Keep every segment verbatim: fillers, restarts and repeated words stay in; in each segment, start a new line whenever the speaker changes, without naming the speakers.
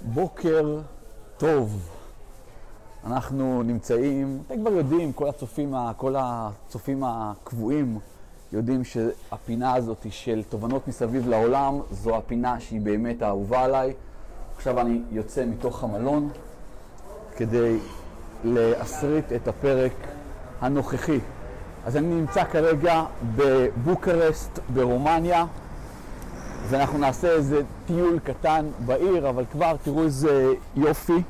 בוקר טוב. אנחנו נמצאים, אתם כבר יודעים, כל הצופים, כל הצופים הקבועים יודעים שהפינה הזאת של תובנות מסביב לעולם זו הפינה שהיא באמת האהובה עליי. עכשיו אני יוצא מתוך המלון כדי להסריט את הפרק הנוכחי. אז אני נמצא כרגע בבוקרשט ברומניה, ואנחנו נעשה איזה טיול קטן בעיר, אבל כבר תראו איזה יופי.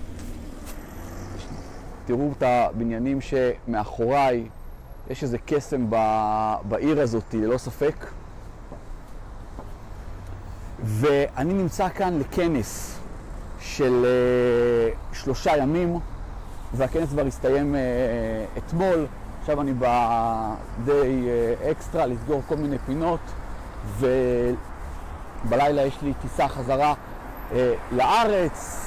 תראו את הבניינים שמאחוריי, יש איזה קסם בעיר הזאת, ללא ספק. ואני נמצא כאן לכנס של uh, שלושה ימים, והכנס כבר הסתיים uh, אתמול. עכשיו אני בא די uh, אקסטרה לסגור כל מיני פינות, ובלילה יש לי טיסה חזרה uh, לארץ,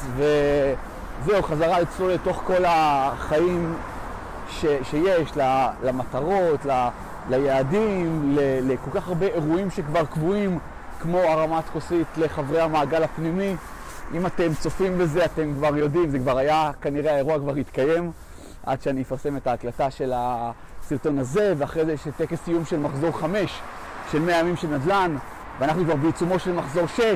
וזהו, חזרה לצלול לתוך כל החיים ש, שיש, למטרות, ל, ליעדים, ל, לכל כך הרבה אירועים שכבר קבועים, כמו הרמת כוסית לחברי המעגל הפנימי. אם אתם צופים בזה, אתם כבר יודעים, זה כבר היה, כנראה האירוע כבר התקיים, עד שאני אפרסם את ההקלטה של הסרטון הזה, ואחרי זה יש טקס סיום של מחזור חמש, של מאה ימים של נדל"ן, ואנחנו כבר בעיצומו של מחזור שש,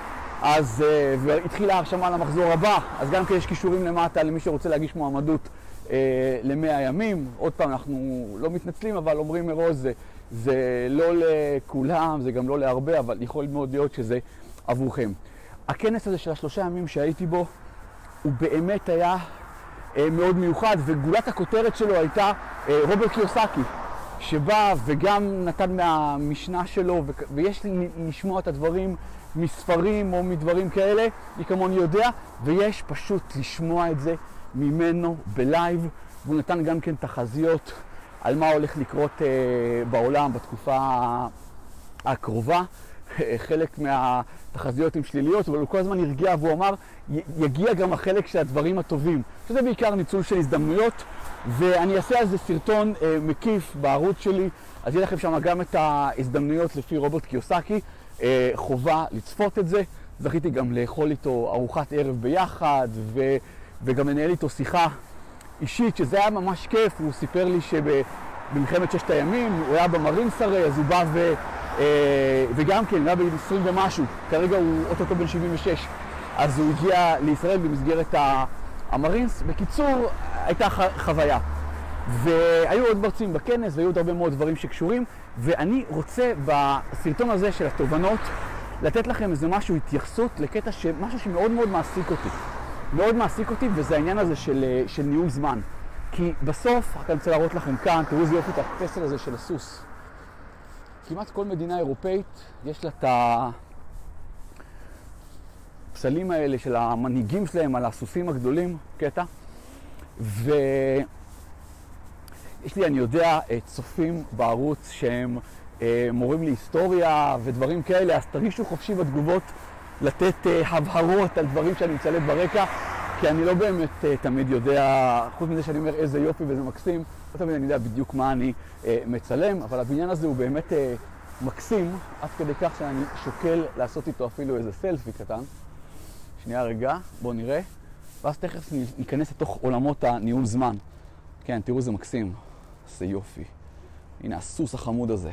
אז uh, התחילה הרשמה למחזור הבא, אז גם כי יש קישורים למטה למי שרוצה להגיש מועמדות uh, למאה ימים. עוד פעם, אנחנו לא מתנצלים, אבל אומרים מראש, זה, זה לא לכולם, זה גם לא להרבה, אבל יכול מאוד להיות שזה עבורכם. הכנס הזה של השלושה ימים שהייתי בו, הוא באמת היה uh, מאוד מיוחד, וגולת הכותרת שלו הייתה uh, רוברט קיוסקי, שבא וגם נתן מהמשנה שלו, ו- ויש לי לשמוע את הדברים מספרים או מדברים כאלה, מי כמוני יודע, ויש פשוט לשמוע את זה ממנו בלייב. והוא נתן גם כן תחזיות על מה הולך לקרות uh, בעולם בתקופה הקרובה. חלק מהתחזיות הן שליליות, אבל הוא כל הזמן הרגיע והוא אמר, יגיע גם החלק של הדברים הטובים, שזה בעיקר ניצול של הזדמנויות. ואני אעשה על זה סרטון uh, מקיף בערוץ שלי, אז יהיה לכם שם גם את ההזדמנויות לפי רוברט קיוסקי. uh, חובה לצפות את זה. זכיתי גם לאכול איתו ארוחת ערב ביחד, ו, וגם לנהל איתו שיחה אישית, שזה היה ממש כיף. הוא סיפר לי שבמלחמת ששת הימים הוא היה במרינס הרי, אז הוא בא ו, uh, וגם כן, הוא היה בן עשרים ומשהו, כרגע הוא אוטוטו בן שבעים ושש, אז הוא הגיע לישראל במסגרת ה... המרינס. בקיצור, הייתה חוויה. והיו עוד מרצים בכנס, והיו עוד הרבה מאוד דברים שקשורים, ואני רוצה בסרטון הזה של התובנות לתת לכם איזה משהו, התייחסות לקטע שמשהו שמאוד מאוד מעסיק אותי. מאוד מעסיק אותי, וזה העניין הזה של, של ניהול זמן. כי בסוף, רק אני רוצה להראות לכם כאן, תראו איזה יופי את הפסל הזה של הסוס. כמעט כל מדינה אירופאית יש לה את ה... הפסלים האלה של המנהיגים שלהם על הסוסים הגדולים, קטע. ויש לי, אני יודע, צופים בערוץ שהם אה, מורים להיסטוריה ודברים כאלה, אז תרגישו חופשי בתגובות לתת אה, הבהרות על דברים שאני מצלם ברקע, כי אני לא באמת אה, תמיד יודע, חוץ מזה שאני אומר איזה יופי וזה מקסים, לא תמיד אני יודע בדיוק מה אני אה, מצלם, אבל הבניין הזה הוא באמת אה, מקסים, עד כדי כך שאני שוקל לעשות איתו אפילו איזה סלפי קטן. שנייה רגע, בואו נראה, ואז תכף ניכנס לתוך עולמות הניהול זמן. כן, תראו זה מקסים, זה יופי. הנה הסוס החמוד הזה.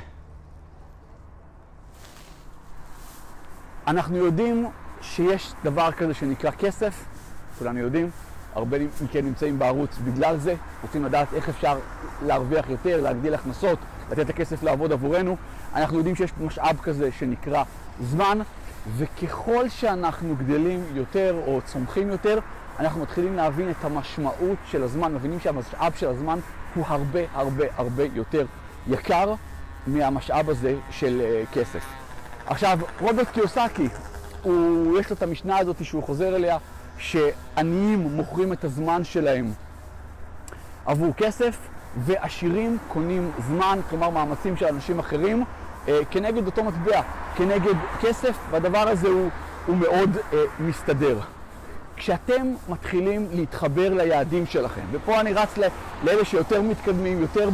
אנחנו יודעים שיש דבר כזה שנקרא כסף, כולנו יודעים, הרבה מכן נמצאים בערוץ בגלל זה, רוצים לדעת איך אפשר להרוויח יותר, להגדיל הכנסות, לתת את הכסף לעבוד עבורנו. אנחנו יודעים שיש משאב כזה שנקרא זמן, וככל שאנחנו גדלים יותר או צומחים יותר, אנחנו מתחילים להבין את המשמעות של הזמן, מבינים שהמשאב של הזמן הוא הרבה הרבה הרבה יותר יקר מהמשאב הזה של uh, כסף. עכשיו, רוברט קיוסקי, הוא, יש לו את המשנה הזאת שהוא חוזר אליה, שעניים מוכרים את הזמן שלהם עבור כסף, ועשירים קונים זמן, כלומר מאמצים של אנשים אחרים, כנגד אותו מטבע, כנגד כסף, והדבר הזה הוא, הוא מאוד uh, מסתדר. כשאתם מתחילים להתחבר ליעדים שלכם, ופה אני רץ לאלה שיותר מתקדמים, יותר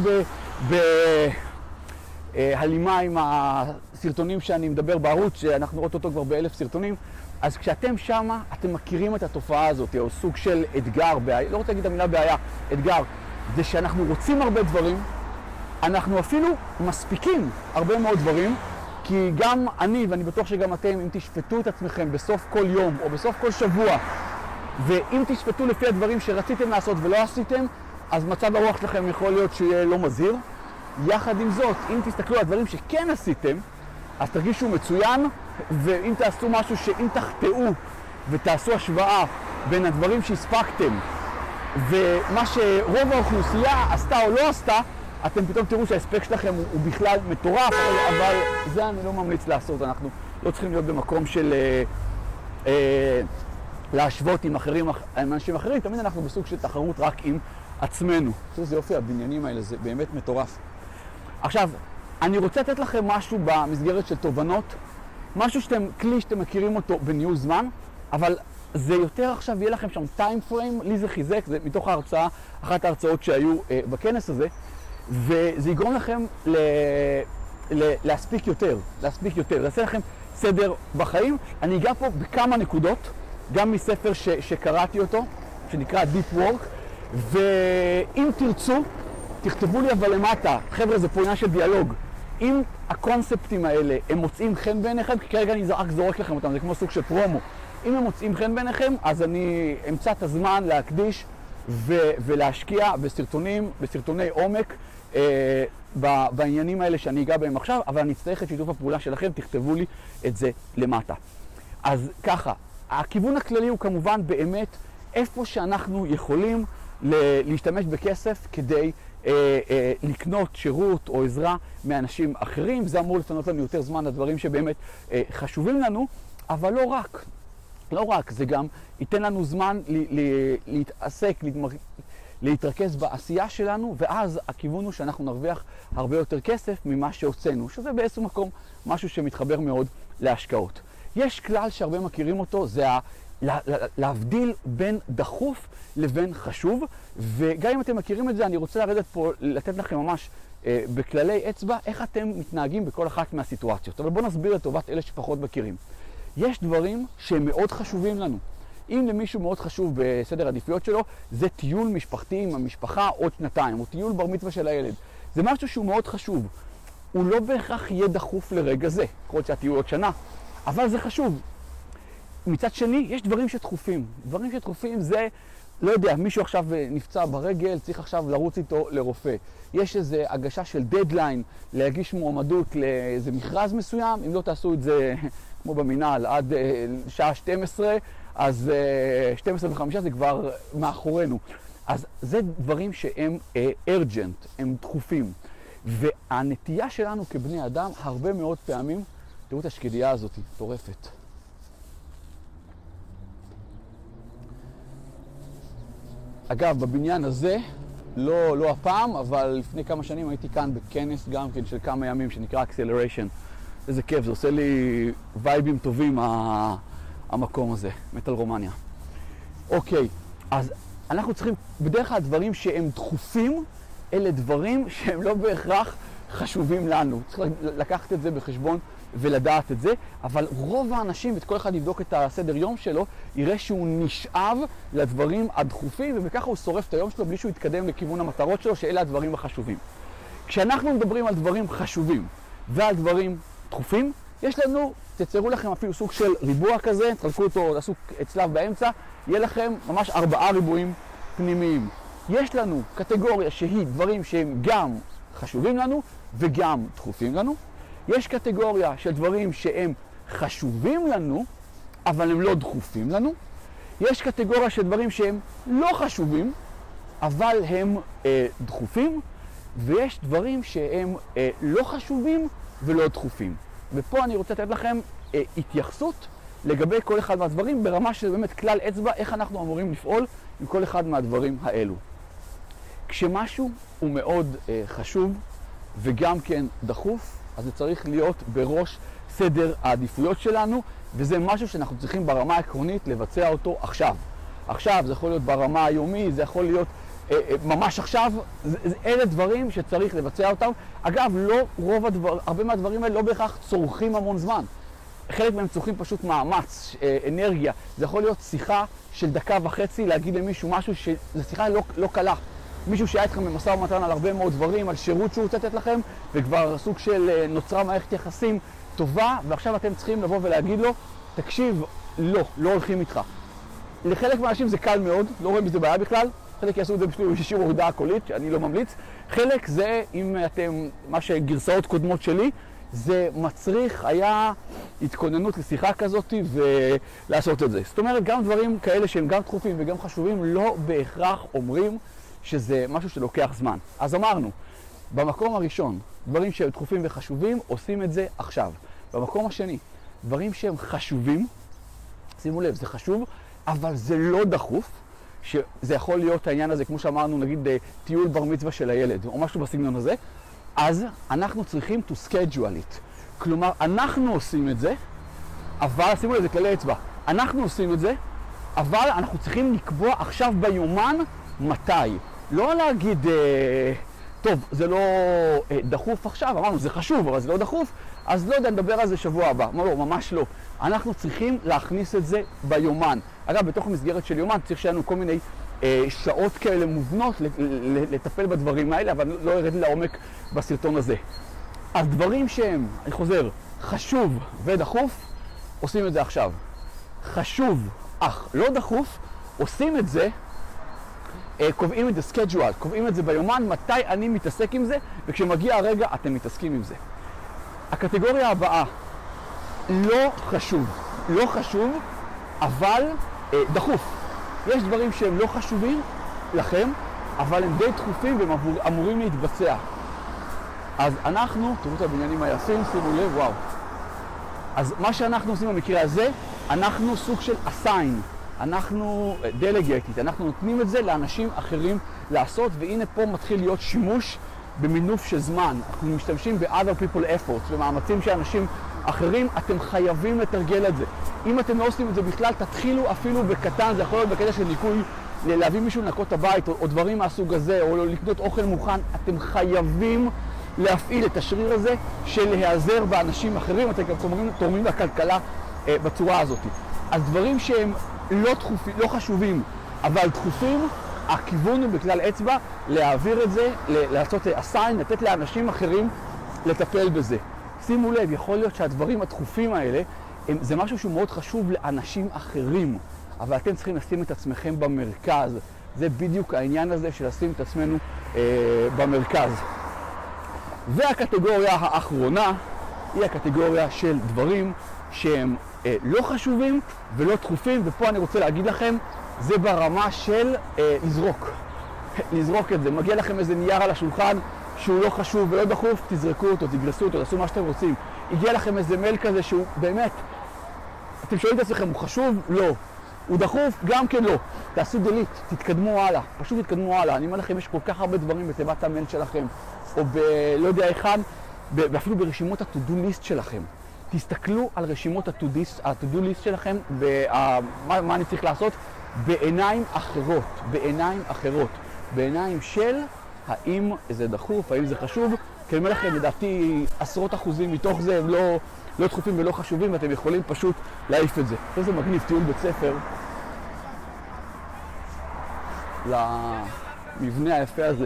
בהלימה uh, עם הסרטונים שאני מדבר בערוץ, שאנחנו רואים אותו כבר באלף סרטונים, אז כשאתם שמה, אתם מכירים את התופעה הזאת, או סוג של אתגר, בעיה, לא רוצה להגיד את המילה בעיה, אתגר, זה שאנחנו רוצים הרבה דברים, אנחנו אפילו מספיקים הרבה מאוד דברים, כי גם אני, ואני בטוח שגם אתם, אם תשפטו את עצמכם בסוף כל יום, או בסוף כל שבוע, ואם תשפטו לפי הדברים שרציתם לעשות ולא עשיתם, אז מצב הרוח שלכם יכול להיות שיהיה לא מזהיר. יחד עם זאת, אם תסתכלו על הדברים שכן עשיתם, אז תרגישו מצוין, ואם תעשו משהו שאם תחטאו ותעשו השוואה בין הדברים שהספקתם ומה שרוב האוכלוסייה עשתה או לא עשתה, אתם פתאום תראו שההספק שלכם הוא, הוא בכלל מטורף, אבל, אבל זה אני לא ממליץ לעשות. אנחנו לא צריכים להיות במקום של אה, אה, להשוות עם, אחרים, עם אנשים אחרים, תמיד אנחנו בסוג של תחרות רק עם עצמנו. זה יופי, הבניינים האלה, זה באמת מטורף. עכשיו, אני רוצה לתת לכם משהו במסגרת של תובנות, משהו שאתם, כלי שאתם מכירים אותו בניהול זמן, אבל זה יותר עכשיו יהיה לכם שם טיים פריים, לי זה חיזק, זה מתוך ההרצאה, אחת ההרצאות שהיו אה, בכנס הזה, וזה יגרום לכם ל... ל... להספיק יותר, להספיק יותר, לעשה לכם סדר בחיים. אני אגע פה בכמה נקודות, גם מספר ש... שקראתי אותו, שנקרא Deep Work, ואם תרצו, תכתבו לי אבל למטה, חבר'ה, זה פה עניין של דיאלוג. אם הקונספטים האלה הם מוצאים חן בעיניכם, כי כרגע אני רק זורק לכם אותם, זה כמו סוג של פרומו. אם הם מוצאים חן בעיניכם, אז אני אמצא את הזמן להקדיש ו- ולהשקיע בסרטונים, בסרטוני עומק, אה, ב- בעניינים האלה שאני אגע בהם עכשיו, אבל אני אצטרך את שיתוף הפעולה שלכם, תכתבו לי את זה למטה. אז ככה, הכיוון הכללי הוא כמובן באמת איפה שאנחנו יכולים ל- להשתמש בכסף כדי אה, אה, לקנות שירות או עזרה מאנשים אחרים. זה אמור לפנות לנו יותר זמן לדברים שבאמת אה, חשובים לנו, אבל לא רק. לא רק, זה גם ייתן לנו זמן ל- ל- להתעסק, להתמר... להתרכז בעשייה שלנו, ואז הכיוון הוא שאנחנו נרוויח הרבה יותר כסף ממה שהוצאנו, שזה באיזשהו מקום משהו שמתחבר מאוד להשקעות. יש כלל שהרבה מכירים אותו, זה ה... לה... להבדיל בין דחוף לבין חשוב, וגם אם אתם מכירים את זה, אני רוצה לרדת פה, לתת לכם ממש אה, בכללי אצבע, איך אתם מתנהגים בכל אחת מהסיטואציות. אבל בואו נסביר לטובת אלה שפחות מכירים. יש דברים שהם מאוד חשובים לנו. אם למישהו מאוד חשוב בסדר העדיפויות שלו, זה טיול משפחתי עם המשפחה עוד שנתיים, או טיול בר מצווה של הילד. זה משהו שהוא מאוד חשוב. הוא לא בהכרח יהיה דחוף לרגע זה, כל שהטיול עוד שנה, אבל זה חשוב. מצד שני, יש דברים שדחופים. דברים שדחופים זה, לא יודע, מישהו עכשיו נפצע ברגל, צריך עכשיו לרוץ איתו לרופא. יש איזו הגשה של דדליין להגיש מועמדות לאיזה מכרז מסוים, אם לא תעשו את זה כמו במינהל עד שעה שתים עשרה, אז שתים עשרה וחמש זה כבר מאחורינו. אז זה דברים שהם urgent, הם דחופים. והנטייה שלנו כבני אדם, הרבה מאוד פעמים, תראו את השקדייה הזאת, טורפת. אגב, בבניין הזה, לא, לא הפעם, אבל לפני כמה שנים הייתי כאן בכנס גם כן של כמה ימים שנקרא Acceleration. איזה כיף, זה עושה לי וייבים טובים המקום הזה, מטל רומניה. אוקיי, אז אנחנו צריכים, בדרך כלל דברים שהם דחופים, אלה דברים שהם לא בהכרח חשובים לנו. צריך לקחת את זה בחשבון ולדעת את זה, אבל רוב האנשים, ואת כל אחד יבדוק את הסדר יום שלו, יראה שהוא נשאב לדברים הדחופים, ובככה הוא שורף את היום שלו בלי שהוא יתקדם לכיוון המטרות שלו, שאלה הדברים החשובים. כשאנחנו מדברים על דברים חשובים ועל דברים דחופים, יש לנו, תציירו לכם אפילו סוג של ריבוע כזה, תחלקו אותו, תעשו צלב באמצע, יהיה לכם ממש ארבעה ריבועים פנימיים. יש לנו קטגוריה שהיא דברים שהם גם חשובים לנו וגם דחופים לנו. יש קטגוריה של דברים שהם חשובים לנו, אבל הם לא דחופים לנו. יש קטגוריה של דברים שהם לא חשובים, אבל הם אה, דחופים. ויש דברים שהם אה, לא חשובים ולא דחופים. ופה אני רוצה לתת לכם אה, התייחסות לגבי כל אחד מהדברים, ברמה של באמת כלל אצבע, איך אנחנו אמורים לפעול עם כל אחד מהדברים האלו. כשמשהו הוא מאוד אה, חשוב וגם כן דחוף, אז זה צריך להיות בראש סדר העדיפויות שלנו, וזה משהו שאנחנו צריכים ברמה העקרונית לבצע אותו עכשיו. עכשיו, זה יכול להיות ברמה היומי, זה יכול להיות אה, אה, ממש עכשיו, זה, זה, אלה דברים שצריך לבצע אותם. אגב, לא רוב הדבר, הרבה מהדברים האלה לא בהכרח צורכים המון זמן. חלק מהם צורכים פשוט מאמץ, אנרגיה. זה יכול להיות שיחה של דקה וחצי, להגיד למישהו משהו שזו שיחה לא, לא קלה. מישהו שהיה איתכם במשא ומתן על הרבה מאוד דברים, על שירות שהוא רוצה לתת לכם, וכבר סוג של נוצרה מערכת יחסים טובה, ועכשיו אתם צריכים לבוא ולהגיד לו, תקשיב, לא, לא הולכים איתך. לחלק מהאנשים זה קל מאוד, לא רואים בזה בעיה בכלל. חלק יעשו את זה פשוט בשיעור הודעה קולית, שאני לא ממליץ. חלק זה, אם אתם, מה שגרסאות קודמות שלי, זה מצריך היה התכוננות לשיחה כזאת ולעשות את זה. זאת אומרת, גם דברים כאלה שהם גם דחופים וגם חשובים, לא בהכרח אומרים שזה משהו שלוקח זמן. אז אמרנו, במקום הראשון, דברים שהם דחופים וחשובים, עושים את זה עכשיו. במקום השני, דברים שהם חשובים, שימו לב, זה חשוב, אבל זה לא דחוף, שזה יכול להיות העניין הזה, כמו שאמרנו, נגיד טיול בר מצווה של הילד, או משהו בסגנון הזה, אז אנחנו צריכים to schedule it. כלומר, אנחנו עושים את זה, אבל, שימו לב, זה כללי אצבע, אנחנו עושים את זה, אבל אנחנו צריכים לקבוע עכשיו ביומן מתי. לא להגיד, אה, טוב, זה לא אה, דחוף עכשיו, אמרנו, זה חשוב, אבל זה לא דחוף, אז לא יודע, נדבר על זה שבוע הבא. לא, ממש לא. אנחנו צריכים להכניס את זה ביומן. אגב, בתוך המסגרת של יומן צריך שיהיה לנו כל מיני אה, שעות כאלה מובנות לטפל בדברים האלה, אבל לא ירד לעומק בסרטון הזה. אז דברים שהם, אני חוזר, חשוב ודחוף, עושים את זה עכשיו. חשוב, אך לא דחוף, עושים את זה, אה, קובעים את זה schedule, קובעים את זה ביומן, מתי אני מתעסק עם זה, וכשמגיע הרגע אתם מתעסקים עם זה. הקטגוריה הבאה, לא חשוב, לא חשוב, אבל אה, דחוף. יש דברים שהם לא חשובים לכם, אבל הם די דחופים והם אמור, אמורים להתבצע. אז אנחנו, תראו את הבניינים היפים, שימו לב, וואו. אז מה שאנחנו עושים במקרה הזה, אנחנו סוג של assign, אנחנו delegated, אנחנו נותנים את זה לאנשים אחרים לעשות, והנה פה מתחיל להיות שימוש במינוף של זמן. אנחנו משתמשים ב-other people efforts, במאמצים של אנשים אחרים, אתם חייבים לתרגל את זה. אם אתם לא עושים את זה בכלל, תתחילו אפילו בקטן, זה יכול להיות בקטע של ניקוי, להביא מישהו לנקות הבית, או, או דברים מהסוג הזה, או לקנות אוכל מוכן, אתם חייבים להפעיל את השריר הזה של להיעזר באנשים אחרים, אתם גם תורמים, תורמים לכלכלה אה, בצורה הזאת. אז דברים שהם לא, דחופים, לא חשובים, אבל דחופים, הכיוון הוא בכלל אצבע, להעביר את זה, לעשות assign, לתת לאנשים אחרים לטפל בזה. שימו לב, יכול להיות שהדברים הדחופים האלה, הם, זה משהו שהוא מאוד חשוב לאנשים אחרים, אבל אתם צריכים לשים את עצמכם במרכז. זה בדיוק העניין הזה של לשים את עצמנו אה, במרכז. והקטגוריה האחרונה היא הקטגוריה של דברים שהם אה, לא חשובים ולא דחופים, ופה אני רוצה להגיד לכם, זה ברמה של אה, לזרוק. לזרוק את זה. מגיע לכם איזה נייר על השולחן שהוא לא חשוב ולא דחוף, תזרקו אותו, תגרסו אותו, תעשו מה שאתם רוצים. הגיע לכם איזה מייל כזה שהוא באמת, אתם שואלים את עצמכם, הוא חשוב? לא. הוא דחוף? גם כן לא. תעשו דליט, תתקדמו הלאה, פשוט תתקדמו הלאה. אני אומר לכם, יש כל כך הרבה דברים בתיבת המייל שלכם, או ב... לא יודע היכן, ואפילו ברשימות ה-to-do list שלכם. תסתכלו על רשימות ה-to-do list שלכם, ומה מה אני צריך לעשות? בעיניים אחרות, בעיניים אחרות, בעיניים של האם זה דחוף, האם זה חשוב, כי אני אומר לכם, לדעתי עשרות אחוזים מתוך זה הם לא, לא דחופים ולא חשובים, ואתם יכולים פשוט להעיף את זה. זה מגניב, טיול בית ספר למבנה היפה הזה.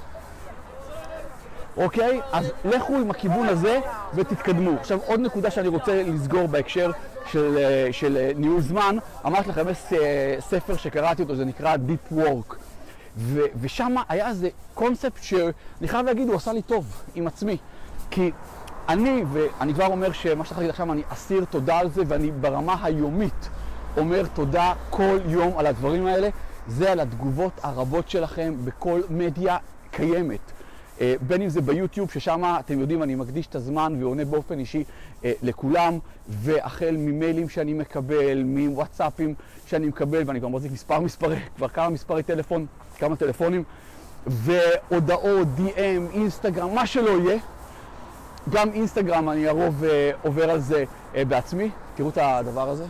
אוקיי? אז לכו עם הכיוון הזה ותתקדמו. עכשיו, עוד נקודה שאני רוצה לסגור בהקשר של, של ניהול זמן. אמרתי לכם, יש ספר שקראתי אותו, זה נקרא Deep Work. ו, ושם היה איזה קונספט שאני חייב להגיד, הוא עשה לי טוב עם עצמי. כי אני, ואני כבר אומר שמה שצריך להגיד עכשיו, אני אסיר תודה על זה, ואני ברמה היומית אומר תודה כל יום על הדברים האלה. זה על התגובות הרבות שלכם בכל מדיה קיימת. בין אם זה ביוטיוב, ששם אתם יודעים, אני מקדיש את הזמן ועונה באופן אישי אה, לכולם, והחל ממיילים שאני מקבל, מוואטסאפים שאני מקבל, ואני כבר מחזיק מספר מספרי, כבר כמה מספרי טלפון, כמה טלפונים, והודעות, די אם, אינסטגרם, מה שלא יהיה. גם אינסטגרם, אני הרוב אה, עובר על זה אה, בעצמי. תראו את הדבר הזה.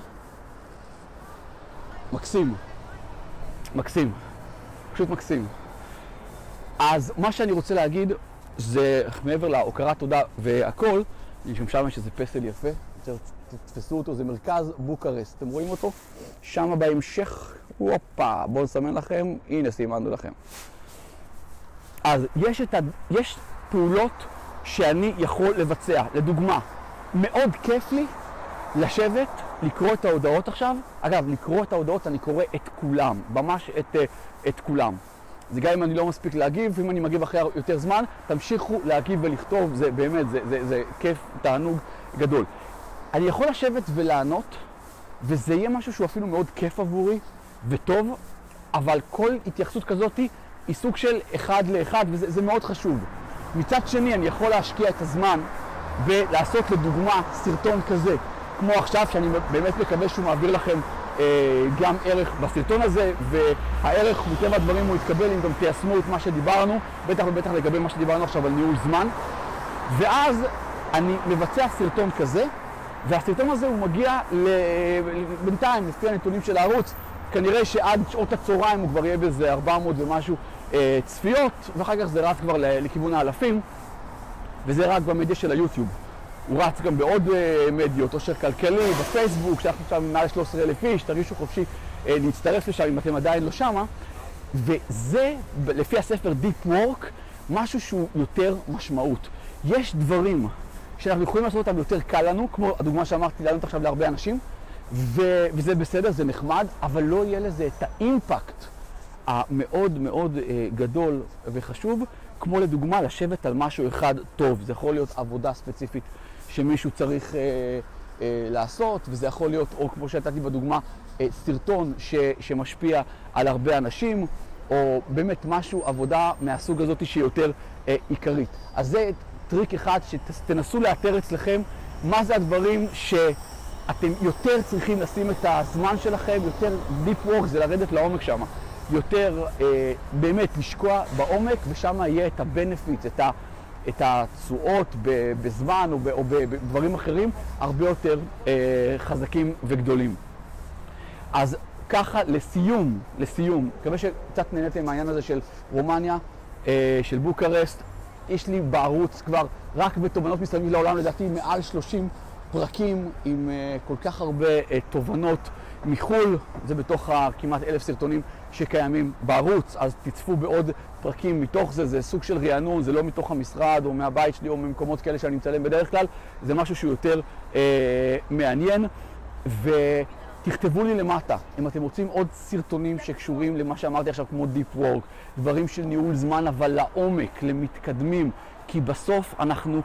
מקסים. מקסים. פשוט מקסים. אז מה שאני רוצה להגיד זה, מעבר להוקרת תודה והכל, אני שם שם יש איזה פסל יפה, תתפסו אותו, זה מרכז בוקרשט, אתם רואים אותו? שם בהמשך, הופה, בואו נסמן לכם, הנה סימנו לכם. אז יש, את ה... יש פעולות שאני יכול לבצע, לדוגמה, מאוד כיף לי לשבת, לקרוא את ההודעות עכשיו. אגב, לקרוא את ההודעות אני קורא את כולם, ממש את, את כולם. זה גם אם אני לא מספיק להגיב, ואם אני מגיב אחרי יותר זמן, תמשיכו להגיב ולכתוב, זה באמת, זה, זה, זה כיף, תענוג גדול. אני יכול לשבת ולענות, וזה יהיה משהו שהוא אפילו מאוד כיף עבורי וטוב, אבל כל התייחסות כזאת היא סוג של אחד לאחד, וזה זה מאוד חשוב. מצד שני, אני יכול להשקיע את הזמן ולעשות לדוגמה סרטון כזה, כמו עכשיו, שאני באמת מקווה שהוא מעביר לכם אה, גם ערך בסרטון הזה, והערך מטבע הדברים הוא יתקבל אם גם תיישמו את מה שדיברנו, בטח ובטח לגבי מה שדיברנו עכשיו על ניהול זמן. ואז אני מבצע סרטון כזה, והסרטון הזה הוא מגיע בינתיים, לפי הנתונים של הערוץ, כנראה שעד שעות הצהריים הוא כבר יהיה בזה ארבע מאות ומשהו אה, צפיות, ואחר כך זה רץ כבר לכיוון האלפים, וזה רק במדיה של היוטיוב. הוא רץ גם בעוד uh, מדיות, עושר כלכלי, בפייסבוק, שאנחנו עכשיו מעל שלושה עשר אלף איש, תרגישו חופשי uh, להצטרף לשם אם אתם עדיין לא שמה. וזה, לפי הספר Deep Work, משהו שהוא יותר משמעות. יש דברים שאנחנו יכולים לעשות אותם יותר קל לנו, כמו הדוגמה שאמרתי, לענות עכשיו להרבה אנשים, ו- וזה בסדר, זה נחמד, אבל לא יהיה לזה את האימפקט המאוד מאוד uh, גדול וחשוב, כמו לדוגמה לשבת על משהו אחד טוב. זה יכול להיות עבודה ספציפית שמישהו צריך אה, אה, לעשות, וזה יכול להיות, או כמו שהייתי בדוגמה, אה, סרטון ש, שמשפיע על הרבה אנשים, או באמת משהו, עבודה מהסוג הזאת שהיא יותר אה, עיקרית. אז זה טריק אחד שתנסו לאתר אצלכם מה זה הדברים שאתם יותר צריכים לשים את הזמן שלכם, יותר deep work, זה לרדת לעומק שם. יותר אה, באמת לשקוע בעומק, ושם יהיה את ה-benefits, את, ה, את התשואות בזמן או, ב, או בדברים אחרים הרבה יותר אה, חזקים וגדולים. אז ככה לסיום, לסיום, מקווה שקצת נהניתם מהעניין הזה של רומניה, אה, של בוקרשט. יש לי בערוץ כבר רק בתובנות מסביב לעולם, לדעתי מעל שלושים פרקים עם אה, כל כך הרבה אה, תובנות מחול, זה בתוך כמעט אלף סרטונים שקיימים בערוץ, אז תצפו בעוד פרקים מתוך זה. זה סוג של רענון, זה לא מתוך המשרד או מהבית שלי או ממקומות כאלה שאני מצלם בדרך כלל, זה משהו שהוא יותר אה, מעניין. ותכתבו לי למטה אם אתם רוצים עוד סרטונים שקשורים למה שאמרתי עכשיו, כמו Deep Work, דברים של ניהול זמן אבל לעומק, למתקדמים, כי בסוף אנחנו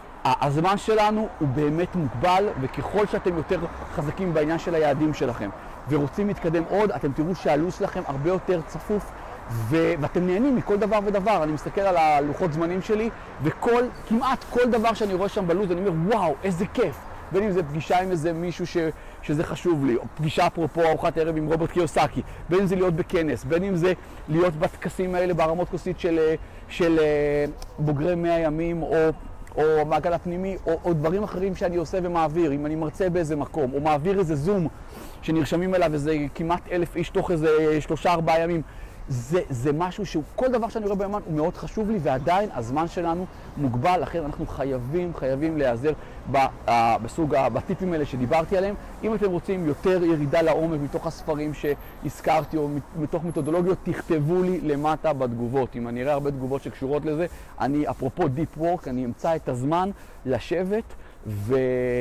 הזמן שלנו הוא באמת מוגבל, וככל שאתם יותר חזקים בעניין של היעדים שלכם ורוצים להתקדם עוד, אתם תראו שהלו"ז שלכם הרבה יותר צפוף, ו... ואתם נהנים מכל דבר ודבר. אני מסתכל על הלוחות זמנים שלי, וכל, כמעט כל דבר שאני רואה שם בלו"ז, אני אומר, וואו, איזה כיף. בין אם זה פגישה עם איזה מישהו ש... שזה חשוב לי, או פגישה אפרופו ארוחת ערב עם רוברט קיוסקי, בין אם זה להיות בכנס, בין אם זה להיות בטקסים האלה בהרמות כוסית של, של בוגרי מאה ימים, או או מעגל הפנימי, או, או דברים אחרים שאני עושה ומעביר, אם אני מרצה באיזה מקום, או מעביר איזה זום שנרשמים אליו איזה כמעט אלף איש תוך איזה שלושה ארבעה ימים. זה, זה משהו שהוא, כל דבר שאני רואה ביומן הוא מאוד חשוב לי, ועדיין הזמן שלנו מוגבל, לכן אנחנו חייבים, חייבים להיעזר ב, uh, בסוג, uh, בטיפים האלה שדיברתי עליהם. אם אתם רוצים יותר ירידה לעומק מתוך הספרים שהזכרתי, או מתוך מתודולוגיות, תכתבו לי למטה בתגובות. אם אני אראה הרבה תגובות שקשורות לזה, אני, אפרופו Deep Work, אני אמצא את הזמן לשבת, ו,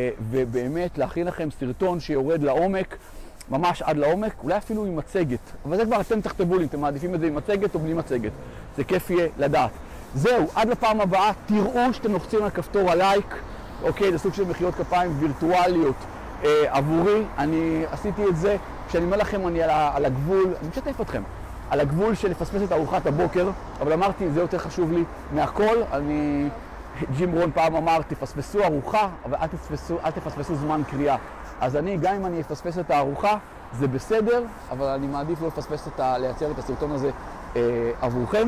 ובאמת להכין לכם סרטון שיורד לעומק, ממש עד לעומק, אולי אפילו עם מצגת. אבל זה כבר אתם תכתבו לי, אתם מעדיפים את זה עם מצגת או בלי מצגת. זה כיף יהיה לדעת. זהו, עד לפעם הבאה, תראו שאתם לוחצים על כפתור הלייק. אוקיי, זה סוג של מחיאות כפיים וירטואליות אה, עבורי. אני עשיתי את זה, כשאני אומר לכם, אני על, על הגבול, אני משתף אתכם, על הגבול של לפספס את ארוחת הבוקר, אבל אמרתי, זה יותר חשוב לי מהכל. אני, ג'ים רון פעם אמר, תפספסו ארוחה, אבל אל תפספסו, אל תפספסו זמן קריאה. אז אני, גם אם אני אפספס את הארוחה, זה בסדר, אבל אני מעדיף לא לפספס את ה... לייצר את הסרטון הזה אה, עבורכם,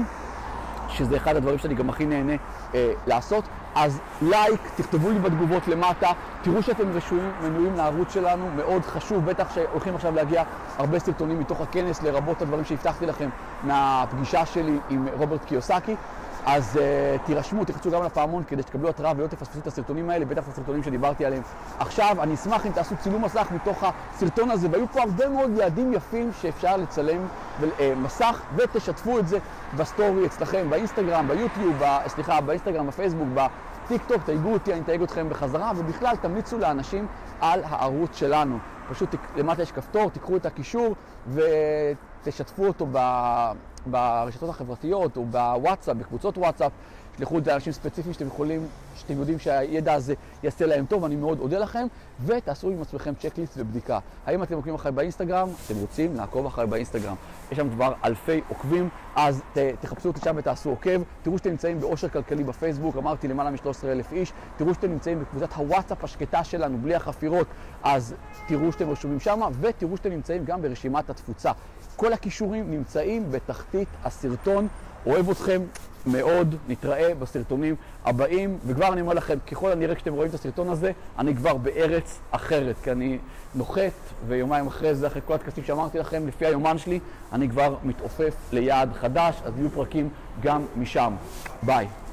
שזה אחד הדברים שאני גם הכי נהנה אה, לעשות. אז לייק, תכתבו לי בתגובות למטה, תראו שאתם רשויים, מנויים לערוץ שלנו, מאוד חשוב, בטח שהולכים עכשיו להגיע הרבה סרטונים מתוך הכנס, לרבות הדברים שהבטחתי לכם מהפגישה שלי עם רוברט קיוסקי. אז uh, תירשמו, תחצו גם על הפעמון כדי שתקבלו התראה ולא תפספסו את הסרטונים האלה, בטח את הסרטונים שדיברתי עליהם. עכשיו, אני אשמח אם תעשו צילום מסך מתוך הסרטון הזה, והיו פה הרבה מאוד יעדים יפים שאפשר לצלם uh, מסך, ותשתפו את זה בסטורי אצלכם, באינסטגרם, ביוטיוב, ב, סליחה, באינסטגרם, בפייסבוק, בטיק טוק, תייגו אותי, אני אתייג אתכם בחזרה, ובכלל תמליצו לאנשים על הערוץ שלנו. פשוט למטה יש כפתור, תיקחו את הקישור ותשתפו אותו ב... ברשתות החברתיות או בוואטסאפ, בקבוצות וואטסאפ, שלחו את זה לאנשים ספציפיים שאתם יכולים, שאתם יודעים שהידע הזה יעשה להם טוב, אני מאוד אודה לכם, ותעשו עם עצמכם צ'קליסט ובדיקה. האם אתם עוקבים אחרי באינסטגרם? אתם רוצים לעקוב אחרי באינסטגרם. יש שם כבר אלפי עוקבים, אז ת, תחפשו אותי שם ותעשו עוקב. תראו שאתם נמצאים באושר כלכלי בפייסבוק, אמרתי למעלה מ-שלושה עשר אלף איש. תראו שאתם נמצאים בקבוצת הוואטסאפ השקטה שלנו, בלי החפירות, אז תראו שאתם רשומים שם, ותראו שאתם נמצאים גם ברשימת התפוצה. כל הכישורים נמצאים בתחתית הסרטון. אוהב אתכם מאוד, נתראה בסרטונים הבאים, וכבר אני אומר לכם, ככל הנראה כשאתם רואים את הסרטון הזה, אני כבר בארץ אחרת, כי אני נוחת, ויומיים אחרי זה, אחרי כל התקסים שאמרתי לכם, לפי היומן שלי, אני כבר מתעופף ליעד חדש, אז יהיו פרקים גם משם. ביי.